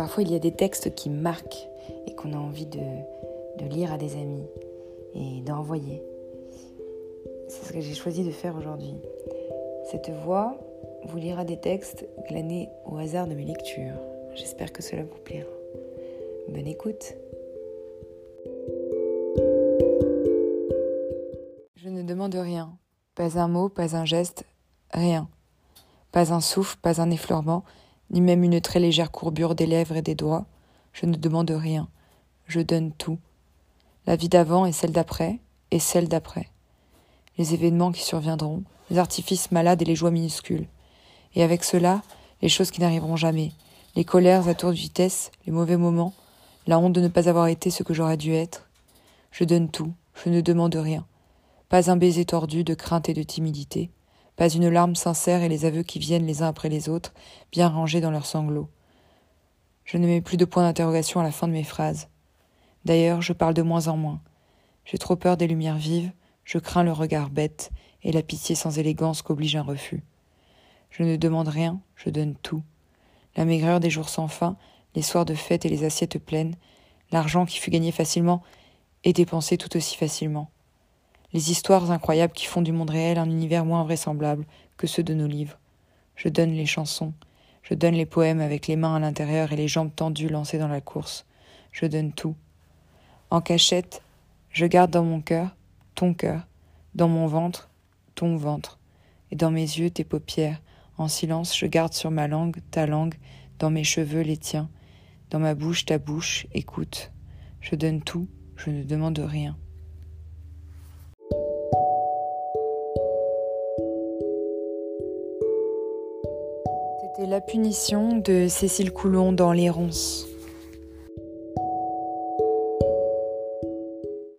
Parfois, il y a des textes qui marquent et qu'on a envie de lire à des amis et d'envoyer. C'est ce que j'ai choisi de faire aujourd'hui. Cette voix vous lira des textes glanés au hasard de mes lectures. J'espère que cela vous plaira. Bonne écoute. Je ne demande rien. Pas un mot, pas un geste, rien. Pas un souffle, pas un effleurement, ni même une très légère courbure des lèvres et des doigts. Je ne demande rien. Je donne tout. La vie d'avant et celle d'après, et celle d'après. Les événements qui surviendront, les artifices malades et les joies minuscules. Et avec cela, les choses qui n'arriveront jamais, les colères à tour de vitesse, les mauvais moments, la honte de ne pas avoir été ce que j'aurais dû être. Je donne tout, je ne demande rien. Pas un baiser tordu de crainte et de timidité, pas une larme sincère et les aveux qui viennent les uns après les autres, bien rangés dans leurs sanglots. Je ne mets plus de points d'interrogation à la fin de mes phrases. D'ailleurs, je parle de moins en moins. J'ai trop peur des lumières vives, je crains le regard bête et la pitié sans élégance qu'oblige un refus. Je ne demande rien, je donne tout. La maigreur des jours sans fin, les soirs de fête et les assiettes pleines, l'argent qui fut gagné facilement et dépensé tout aussi facilement. Les histoires incroyables qui font du monde réel un univers moins vraisemblable que ceux de nos livres. Je donne les chansons, je donne les poèmes avec les mains à l'intérieur et les jambes tendues lancées dans la course. Je donne tout. En cachette, je garde dans mon cœur, ton cœur, dans mon ventre, ton ventre, et dans mes yeux, tes paupières. En silence, je garde sur ma langue, ta langue, dans mes cheveux, les tiens, dans ma bouche, ta bouche, écoute. Je donne tout, je ne demande rien. C'était La Punition de Cécile Coulon dans Les Ronces.